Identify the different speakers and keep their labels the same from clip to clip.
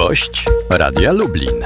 Speaker 1: Gość Radia Lublin.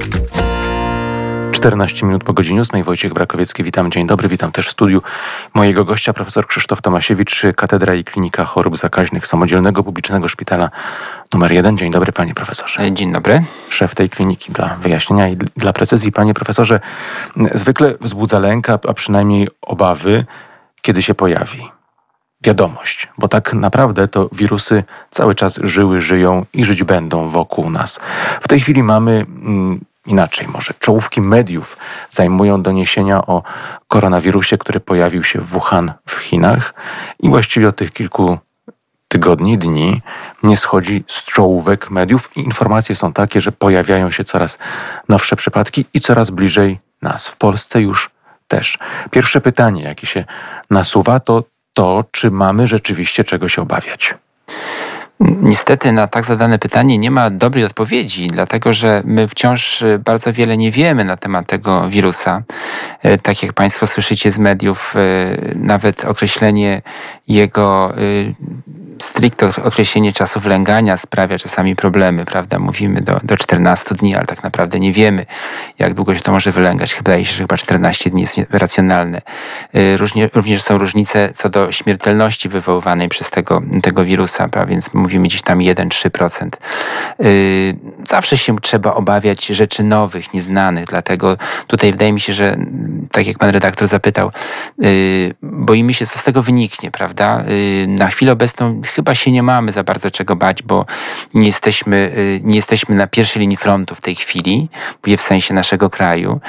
Speaker 2: 14 minut po godzinie 8. Wojciech Brakowiecki, witam. Dzień dobry, witam też w studiu mojego gościa, profesor Krzysztof Tomasiewicz, Katedra i Klinika Chorób Zakaźnych Samodzielnego Publicznego Szpitala nr 1. Dzień dobry, panie profesorze.
Speaker 3: Dzień dobry.
Speaker 2: Szef tej kliniki, dla wyjaśnienia i dla precyzji. Panie profesorze, zwykle wzbudza lęk, a przynajmniej obawy, kiedy się pojawi wiadomość, bo tak naprawdę to wirusy cały czas żyły, żyją i żyć będą wokół nas. W tej chwili mamy inaczej może. Czołówki mediów zajmują doniesienia o koronawirusie, który pojawił się w Wuhan w Chinach i właściwie od tych kilku tygodni, dni nie schodzi z czołówek mediów i informacje są takie, że pojawiają się coraz nowsze przypadki i coraz bliżej nas. W Polsce już też. Pierwsze pytanie, jakie się nasuwa, to czy mamy rzeczywiście czego się obawiać?
Speaker 3: Niestety na tak zadane pytanie nie ma dobrej odpowiedzi, dlatego że my wciąż bardzo wiele nie wiemy na temat tego wirusa. Tak jak państwo słyszycie z mediów, nawet określenie jego stricte określenie czasu wlęgania sprawia czasami problemy, prawda? Mówimy do 14 dni, ale tak naprawdę nie wiemy, jak długo się to może wylęgać. Wydaje się, że chyba 14 dni jest racjonalne. Również są różnice co do śmiertelności wywoływanej przez tego wirusa, prawda? Więc mówimy gdzieś tam 1-3%. Zawsze się trzeba obawiać rzeczy nowych, nieznanych, dlatego tutaj wydaje mi się, że tak jak pan redaktor zapytał, boimy się, co z tego wyniknie, prawda? Na chwilę obecną chyba się nie mamy za bardzo czego bać, bo nie jesteśmy na pierwszej linii frontu w tej chwili, mówię w sensie naszego kraju.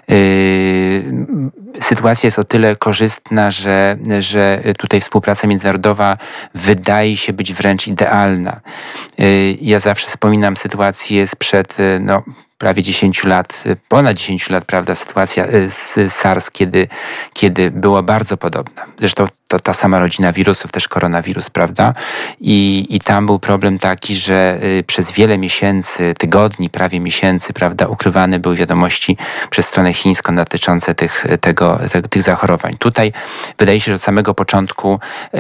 Speaker 3: Sytuacja jest o tyle korzystna, że tutaj współpraca międzynarodowa wydaje się być wręcz idealna. Ja zawsze wspominam sytuację sprzed prawie 10 lat, ponad 10 lat, prawda, sytuacja z SARS, kiedy była bardzo podobna. Zresztą to ta sama rodzina wirusów, też koronawirus, prawda? I tam był problem taki, że przez wiele miesięcy, tygodni, prawie miesięcy, prawda, ukrywane były wiadomości przez stronę chińską dotyczące tych zachorowań. Tutaj wydaje się, że od samego początku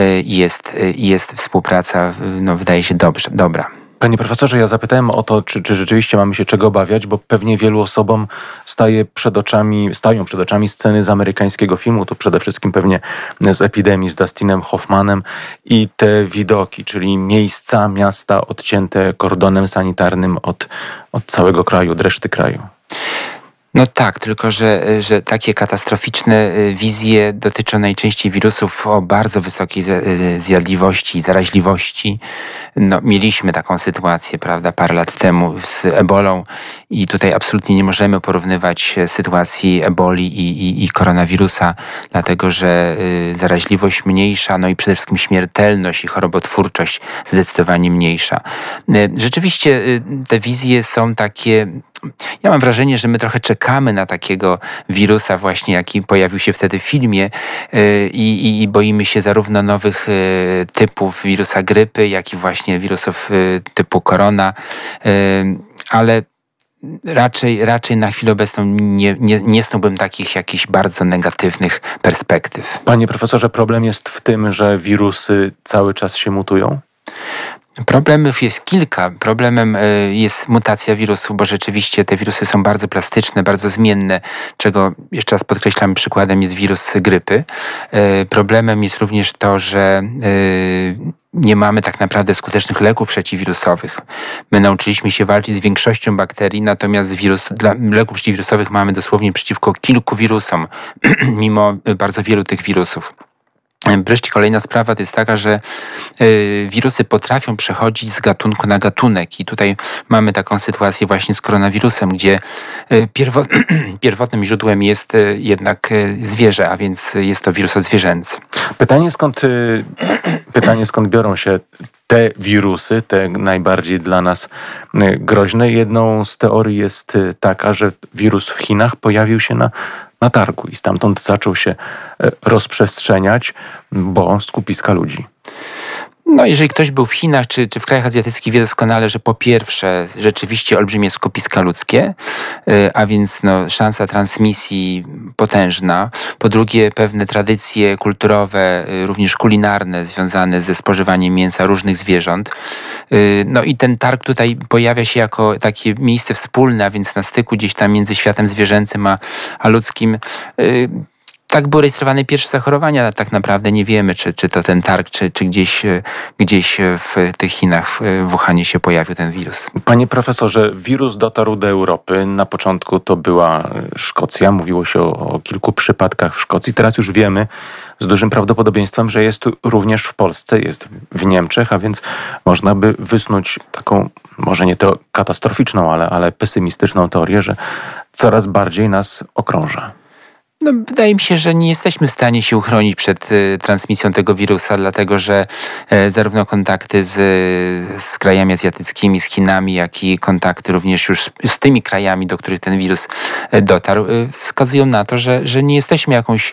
Speaker 3: jest współpraca, wydaje się dobra.
Speaker 2: Panie profesorze, ja zapytałem o to, czy rzeczywiście mamy się czego obawiać, bo pewnie wielu osobom stają przed oczami sceny z amerykańskiego filmu, to przede wszystkim pewnie z epidemii z Dustinem Hoffmanem i te widoki, czyli miasta odcięte kordonem sanitarnym od całego kraju, od reszty kraju.
Speaker 3: No tak, tylko że takie katastroficzne wizje dotyczą najczęściej wirusów o bardzo wysokiej zjadliwości i zaraźliwości. Mieliśmy taką sytuację, prawda, parę lat temu z ebolą i tutaj absolutnie nie możemy porównywać sytuacji eboli i koronawirusa, dlatego że zaraźliwość mniejsza, i przede wszystkim śmiertelność i chorobotwórczość zdecydowanie mniejsza. Rzeczywiście te wizje są takie. Ja mam wrażenie, że my trochę czekamy na takiego wirusa właśnie, jaki pojawił się wtedy w filmie i boimy się zarówno nowych typów wirusa grypy, jak i właśnie wirusów typu korona, ale raczej na chwilę obecną nie snułbym takich jakichś bardzo negatywnych perspektyw.
Speaker 2: Panie profesorze, problem jest w tym, że wirusy cały czas się mutują?
Speaker 3: Problemów jest kilka. Problemem jest mutacja wirusów, bo rzeczywiście te wirusy są bardzo plastyczne, bardzo zmienne, czego jeszcze raz podkreślam, przykładem jest wirus grypy. Problemem jest również to, że nie mamy tak naprawdę skutecznych leków przeciwwirusowych. My nauczyliśmy się walczyć z większością bakterii, natomiast dla leków przeciwwirusowych mamy dosłownie przeciwko kilku wirusom, mimo bardzo wielu tych wirusów. Wreszcie kolejna sprawa to jest taka, że wirusy potrafią przechodzić z gatunku na gatunek i tutaj mamy taką sytuację właśnie z koronawirusem, gdzie pierwotnym źródłem jest jednak zwierzę, a więc jest to wirus odzwierzęcy.
Speaker 2: Pytanie skąd biorą się te wirusy, te najbardziej dla nas groźne. Jedną z teorii jest taka, że wirus w Chinach pojawił się na targu i stamtąd zaczął się rozprzestrzeniać, bo skupiska ludzi.
Speaker 3: No, jeżeli ktoś był w Chinach czy w krajach azjatyckich, wie doskonale, że po pierwsze rzeczywiście olbrzymie skupiska ludzkie, a więc szansa transmisji potężna. Po drugie pewne tradycje kulturowe, również kulinarne, związane ze spożywaniem mięsa różnych zwierząt. No i ten targ tutaj pojawia się jako takie miejsce wspólne, a więc na styku gdzieś tam między światem zwierzęcym a ludzkim. Tak były rejestrowane pierwsze zachorowania, tak naprawdę nie wiemy, czy to ten targ, czy gdzieś w tych Chinach, w Wuhanie się pojawił ten wirus.
Speaker 2: Panie profesorze, wirus dotarł do Europy. Na początku to była Szkocja. Mówiło się o kilku przypadkach w Szkocji. Teraz już wiemy z dużym prawdopodobieństwem, że jest również w Polsce, jest w Niemczech, a więc można by wysnuć taką, może nie to katastroficzną, ale pesymistyczną teorię, że coraz bardziej nas okrąża.
Speaker 3: No, wydaje mi się, że nie jesteśmy w stanie się uchronić przed transmisją tego wirusa, dlatego że zarówno kontakty z krajami azjatyckimi, z Chinami, jak i kontakty również już z tymi krajami, do których ten wirus dotarł, wskazują na to, że nie jesteśmy jakąś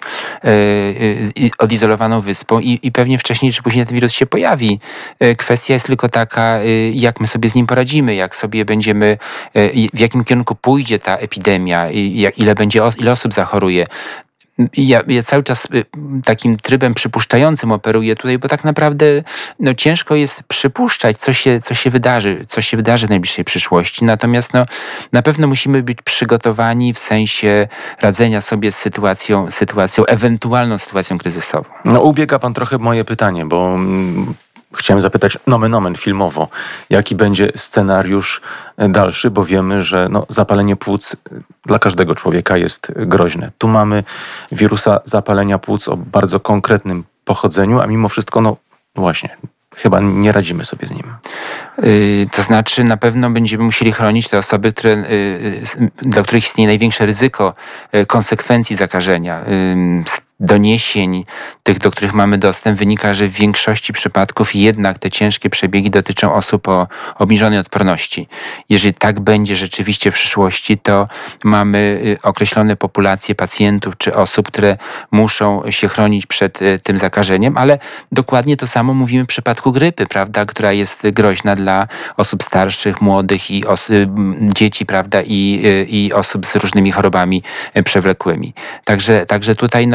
Speaker 3: odizolowaną wyspą i pewnie wcześniej czy później ten wirus się pojawi. Kwestia jest tylko taka, jak my sobie z nim poradzimy, jak sobie będziemy, w jakim kierunku pójdzie ta epidemia, ile osób zachoruje. Ja cały czas takim trybem przypuszczającym operuję tutaj, bo tak naprawdę ciężko jest przypuszczać, co się wydarzy w najbliższej przyszłości. Natomiast na pewno musimy być przygotowani w sensie radzenia sobie z ewentualną sytuacją kryzysową.
Speaker 2: Ubiega pan trochę moje pytanie, bo chciałem zapytać nomen omen filmowo, jaki będzie scenariusz dalszy, bo wiemy, że zapalenie płuc dla każdego człowieka jest groźne. Tu mamy wirusa zapalenia płuc o bardzo konkretnym pochodzeniu, a mimo wszystko, właśnie, chyba nie radzimy sobie z nim.
Speaker 3: To znaczy na pewno będziemy musieli chronić te osoby, dla których istnieje największe ryzyko konsekwencji zakażenia. Doniesień, tych, do których mamy dostęp, wynika, że w większości przypadków jednak te ciężkie przebiegi dotyczą osób o obniżonej odporności. Jeżeli tak będzie rzeczywiście w przyszłości, to mamy określone populacje pacjentów czy osób, które muszą się chronić przed tym zakażeniem, ale dokładnie to samo mówimy w przypadku grypy, prawda, która jest groźna dla osób starszych, młodych i dzieci, prawda, i osób z różnymi chorobami przewlekłymi. Także tutaj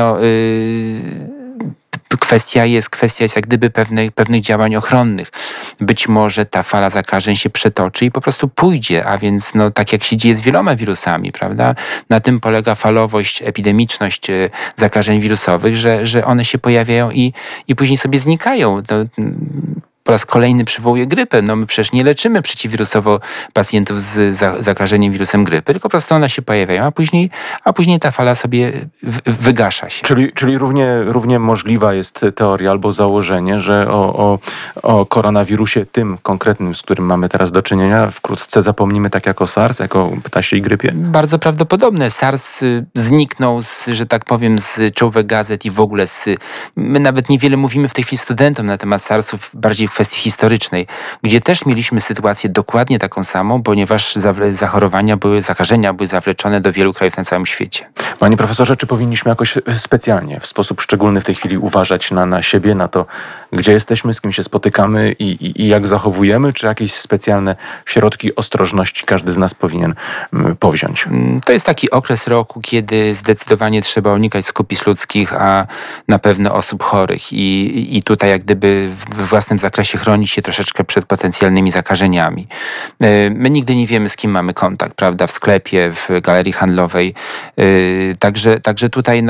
Speaker 3: kwestia jest jak gdyby pewnych działań ochronnych. Być może ta fala zakażeń się przetoczy i po prostu pójdzie, a więc tak jak się dzieje z wieloma wirusami, prawda? Na tym polega falowość, epidemiczność zakażeń wirusowych, że one się pojawiają i później sobie znikają. Po raz kolejny przywołuję grypę. My przecież nie leczymy przeciwwirusowo pacjentów z zakażeniem wirusem grypy, tylko po prostu one się pojawiają, a później ta fala sobie wygasza się.
Speaker 2: Czyli równie możliwa jest teoria albo założenie, że o koronawirusie tym konkretnym, z którym mamy teraz do czynienia, wkrótce zapomnimy, tak jak o SARS, jak o ptasiej grypie?
Speaker 3: Bardzo prawdopodobne. SARS zniknął że tak powiem, z czołówek gazet i w ogóle my nawet niewiele mówimy w tej chwili studentom na temat SARS-ów, bardziej w kwestii historycznej, gdzie też mieliśmy sytuację dokładnie taką samą, ponieważ zakażenia były zawleczone do wielu krajów na całym świecie.
Speaker 2: Panie profesorze, czy powinniśmy jakoś specjalnie, w sposób szczególny w tej chwili uważać na siebie, na to, gdzie jesteśmy, z kim się spotykamy i jak zachowujemy, czy jakieś specjalne środki ostrożności każdy z nas powinien powziąć?
Speaker 3: To jest taki okres roku, kiedy zdecydowanie trzeba unikać skupisk ludzkich, a na pewno osób chorych i tutaj jak gdyby w własnym zakresie chronić się troszeczkę przed potencjalnymi zakażeniami. My nigdy nie wiemy, z kim mamy kontakt, prawda, w sklepie, w galerii handlowej. Także tutaj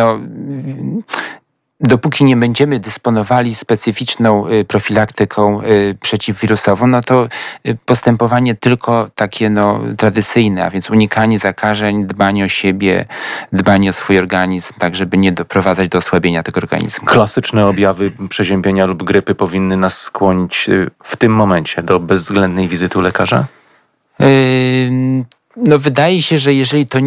Speaker 3: dopóki nie będziemy dysponowali specyficzną profilaktyką przeciwwirusową, to postępowanie tylko takie tradycyjne, a więc unikanie zakażeń, dbanie o siebie, dbanie o swój organizm, tak żeby nie doprowadzać do osłabienia tego organizmu.
Speaker 2: Klasyczne objawy przeziębienia lub grypy powinny nas skłonić w tym momencie do bezwzględnej wizyty u lekarza?
Speaker 3: No wydaje się, że jeżeli to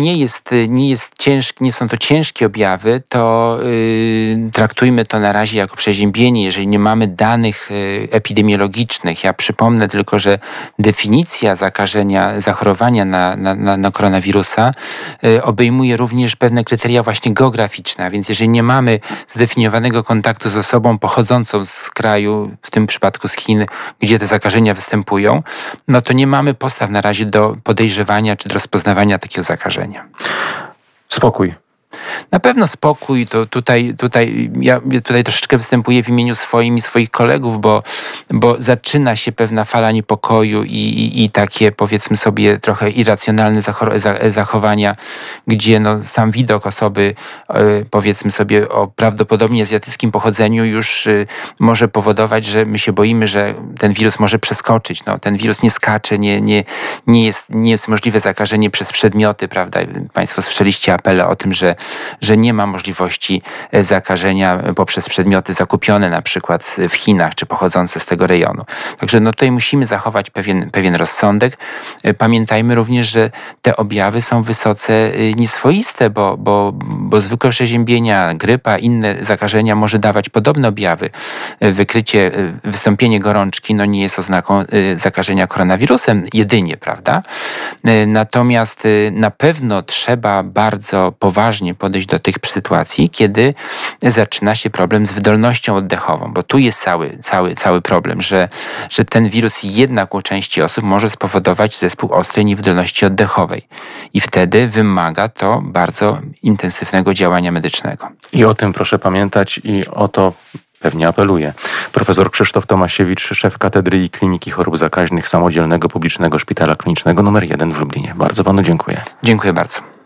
Speaker 3: nie są to ciężkie objawy, to traktujmy to na razie jako przeziębienie, jeżeli nie mamy danych epidemiologicznych. Ja przypomnę tylko, że definicja zachorowania na koronawirusa obejmuje również pewne kryteria właśnie geograficzne, a więc jeżeli nie mamy zdefiniowanego kontaktu z osobą pochodzącą z kraju, w tym przypadku z Chin, gdzie te zakażenia występują, no to nie mamy podstaw na razie do podejrzewania czy do rozpoznawania takiego zakażenia.
Speaker 2: Spokój.
Speaker 3: Na pewno spokój, to ja troszeczkę występuję w imieniu swoim i swoich kolegów, bo zaczyna się pewna fala niepokoju i takie, powiedzmy sobie, trochę irracjonalne zachowania, gdzie no, sam widok osoby, powiedzmy sobie, o prawdopodobnie azjatyckim pochodzeniu już może powodować, że my się boimy, że ten wirus może przeskoczyć. No, ten wirus nie skacze, nie jest możliwe zakażenie przez przedmioty, prawda? Państwo słyszeliście apele o tym, że nie ma możliwości zakażenia poprzez przedmioty zakupione na przykład w Chinach czy pochodzące z tego rejonu. Także no tutaj musimy zachować pewien rozsądek. Pamiętajmy również, że te objawy są wysoce nieswoiste, bo zwykłe przeziębienia, grypa, inne zakażenia może dawać podobne objawy. Wystąpienie gorączki no nie jest oznaką zakażenia koronawirusem jedynie, prawda? Natomiast na pewno trzeba bardzo poważnie podejść do tych sytuacji, kiedy zaczyna się problem z wydolnością oddechową, bo tu jest cały problem, że ten wirus jednak u części osób może spowodować zespół ostrej niewydolności oddechowej i wtedy wymaga to bardzo intensywnego działania medycznego.
Speaker 2: I o tym proszę pamiętać i o to pewnie apeluję. Profesor Krzysztof Tomasiewicz, szef Katedry i Kliniki Chorób Zakaźnych Samodzielnego Publicznego Szpitala Klinicznego nr 1 w Lublinie. Bardzo panu dziękuję.
Speaker 3: Dziękuję bardzo.